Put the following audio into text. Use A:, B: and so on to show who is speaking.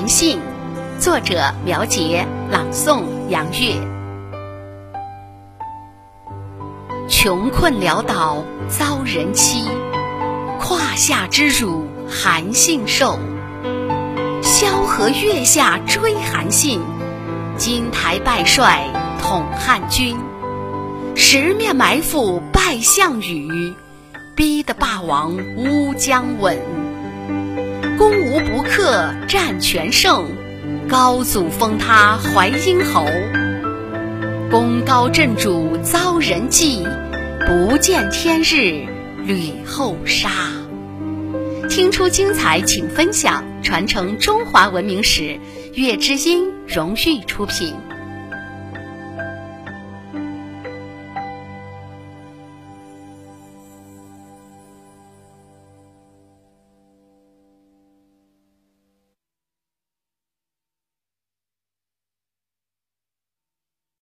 A: 韩信，作者苗杰，朗诵杨月。穷困潦倒遭人欺，胯下之辱韩信受。萧何月下追韩信，金台拜帅统汉军。十面埋伏拜项羽，逼得霸王乌江稳。攻无不克战全胜，高祖封他淮阴侯。功高震主遭人忌，不见天日吕后杀。听出精彩请分享，传承中华文明史。乐之音荣誉出品。